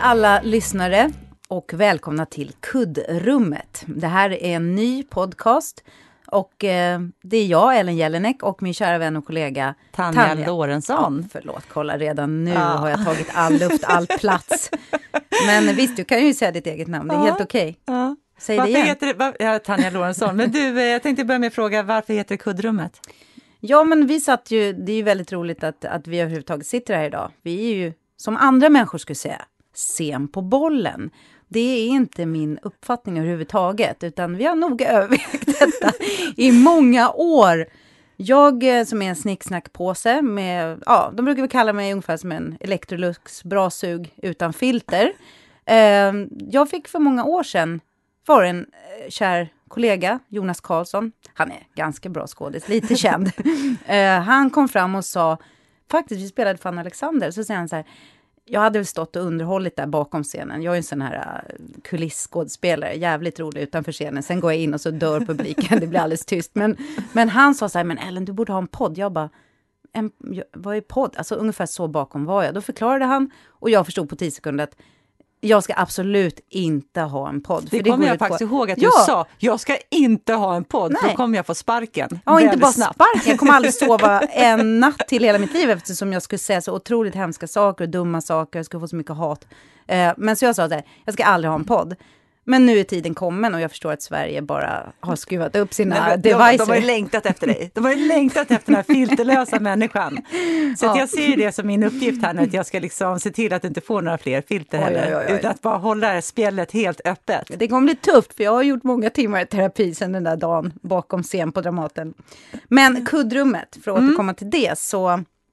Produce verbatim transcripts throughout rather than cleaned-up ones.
alla lyssnare och välkomna till Kuddrummet. Det här är en ny podcast och eh, det är jag, Ellen Jelinek, och min kära vän och kollega Tanja, Tanja. Lorentzon. Ja, förlåt, kolla redan nu ja. har jag tagit all luft, all plats. Men visst, du kan ju säga ditt eget namn, det är ja. helt okej. Okay. Ja. Säg varför det igen. Heter det, var, ja, Tanja Lorentzon. Men du, jag tänkte börja med att fråga, varför heter det Kuddrummet? Ja, men vi satt ju, det är ju väldigt roligt att, att vi överhuvudtaget sitter här idag. Vi är ju, som andra människor skulle säga, sen på bollen. Det är inte min uppfattning överhuvudtaget, utan vi har nog övervägt detta i många år. Jag som är en snicksnackpåse med, ja, de brukar vi kalla mig ungefär som en Electrolux bra sug utan filter. Eh, jag fick för många år sedan för en eh, kär kollega, Jonas Karlsson, han är ganska bra skådis, lite känd. eh, han kom fram och sa, faktiskt vi spelade Fan Alexander, så säger han så här, jag hade väl stått och underhållit där bakom scenen. Jag är en sån här kulissskådespelare, jävligt rolig utanför scenen. Sen går jag in och så dör publiken, det blir alldeles tyst. Men, men han sa så här, men Ellen, du borde ha en podd. Jag bara, en, vad är podd? Alltså ungefär så bakom var jag. Då förklarade han och jag förstod på tio sekunder att jag ska absolut inte ha en podd. Det, för det kommer jag faktiskt på... ihåg att ja. du sa. Jag ska inte ha en podd. Nej. Då kommer jag få sparken. Ja, inte bara snabbt. Sparken. Jag kommer aldrig sova en natt till hela mitt liv eftersom jag skulle säga så otroligt hemska saker och dumma saker. Jag skulle få så mycket hat. Eh, men så jag sa så här, jag ska aldrig ha en podd. Men nu är tiden kommen och jag förstår att Sverige bara har skruvat upp sina men, devices. De, de har ju längtat efter dig. De har ju längtat efter den här filterlösa människan. Så ja. att jag ser det som min uppgift här nu, att jag ska liksom se till att du inte får några fler filter oj, heller. Oj, oj, oj. Utan att bara hålla spjället helt öppet. Det kommer bli tufft för jag har gjort många timmar i terapi sedan den där dagen bakom scen på Dramaten. Men Kuddrummet, för att mm. återkomma till det så...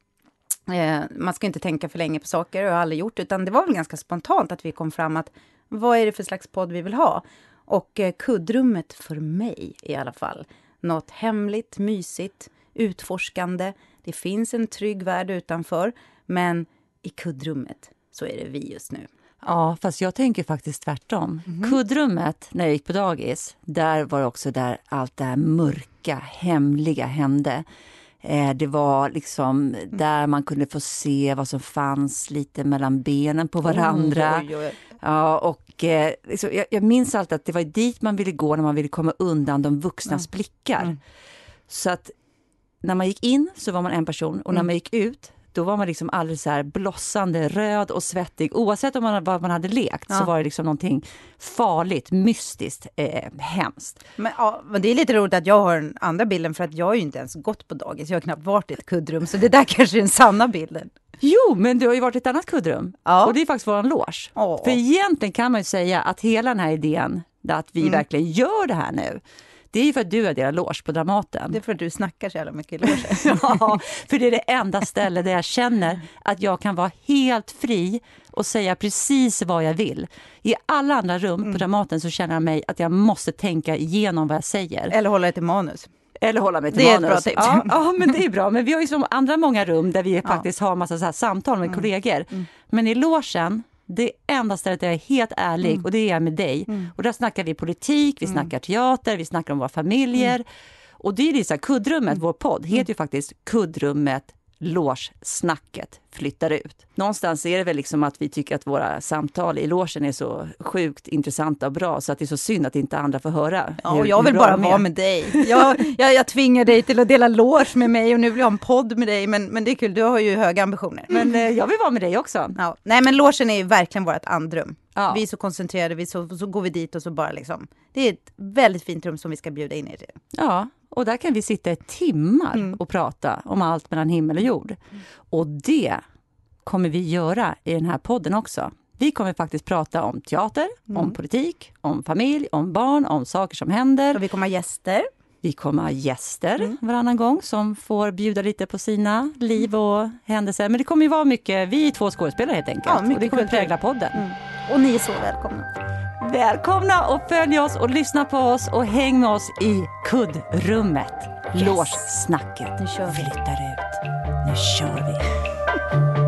Eh, man ska inte tänka för länge på saker, och jag har aldrig gjort, utan det var väl ganska spontant att vi kom fram att vad är det för slags podd vi vill ha? Och eh, Kuddrummet för mig i alla fall. Något hemligt, mysigt, utforskande. Det finns en trygg värld utanför, men i Kuddrummet så är det vi just nu. Ja, fast jag tänker faktiskt tvärtom. Mm-hmm. Kuddrummet, när jag gick på dagis, där var det också där allt det här mörka, hemliga hände. Det var liksom där man kunde få se vad som fanns lite mellan benen på varandra. Oj, oj, oj. Ja, och eh, liksom, jag, jag minns alltid att det var dit man ville gå när man ville komma undan de vuxnas mm. blickar. Mm. Så att när man gick in så var man en person och när mm. man gick ut då var man liksom alldeles så här blossande, röd och svettig. Oavsett om man, vad man hade lekt ja. så var det liksom någonting farligt, mystiskt, eh, hemskt. Men, ja, men det är lite roligt att jag har den andra bilden för att jag har ju inte ens gått på dagis. Jag har knappt varit i ett kuddrum, så det där kanske är den sanna bilden. Jo, men du har ju varit i ett annat kuddrum. Ja. Och det är faktiskt våran loge. Ja. För egentligen kan man ju säga att hela den här idén, att vi mm. verkligen gör det här nu, det är ju för att du är deras loge på Dramaten. Det är för att du snackar så jävla mycket i loge. Ja, för det är det enda stället där jag känner att jag kan vara helt fri och säga precis vad jag vill. I alla andra rum mm. på Dramaten så känner jag mig att jag måste tänka igenom vad jag säger. Eller hålla ett manus. Eller hålla mig till det manus. Är ett bra tips. Ja, ja, men det är bra. Men vi har ju som andra många rum där vi faktiskt ja. har massa så här samtal med mm. kollegor. Mm. Men i logen, det enda stället där jag är helt ärlig mm. och det är jag med dig. Mm. Och där snackar vi politik, vi mm. snackar teater, vi snackar om våra familjer. Mm. Och det är det så här, Kuddrummet, mm. vår podd, heter ju faktiskt Kuddrummet, loge-snacket flyttar ut. Någonstans är det väl liksom att vi tycker att våra samtal i logen är så sjukt intressanta och bra så att det är så synd att inte andra får höra. Ja, och jag vill bara vara med dig. Jag, jag, jag tvingar dig till att dela loge med mig och nu vill jag ha en podd med dig, men, men det är kul, du har ju höga ambitioner. Men eh, jag vill vara med dig också. Ja. Nej, men logen är ju verkligen vårt andrum. Ja. Vi är så koncentrerade, vi så, så går vi dit och så bara liksom, det är ett väldigt fint rum som vi ska bjuda in i det. Ja, och där kan vi sitta i timmar mm. och prata om allt mellan himmel och jord. Mm. Och det kommer vi göra i den här podden också. Vi kommer faktiskt prata om teater, mm. om politik, om familj, om barn, om saker som händer. Och vi kommer ha gäster. Vi kommer ha gäster mm. varannan gång som får bjuda lite på sina liv och händelser. Men det kommer ju vara mycket, vi är två skådespelare helt enkelt. Ja, och det kommer prägla podden. Mm. Och ni är så välkomna. Välkomna och följ oss och lyssna på oss och häng med oss i Kuddrummet. Yes. Loge-snacket. Nu kör vi. Flyttar ut. Nu kör vi.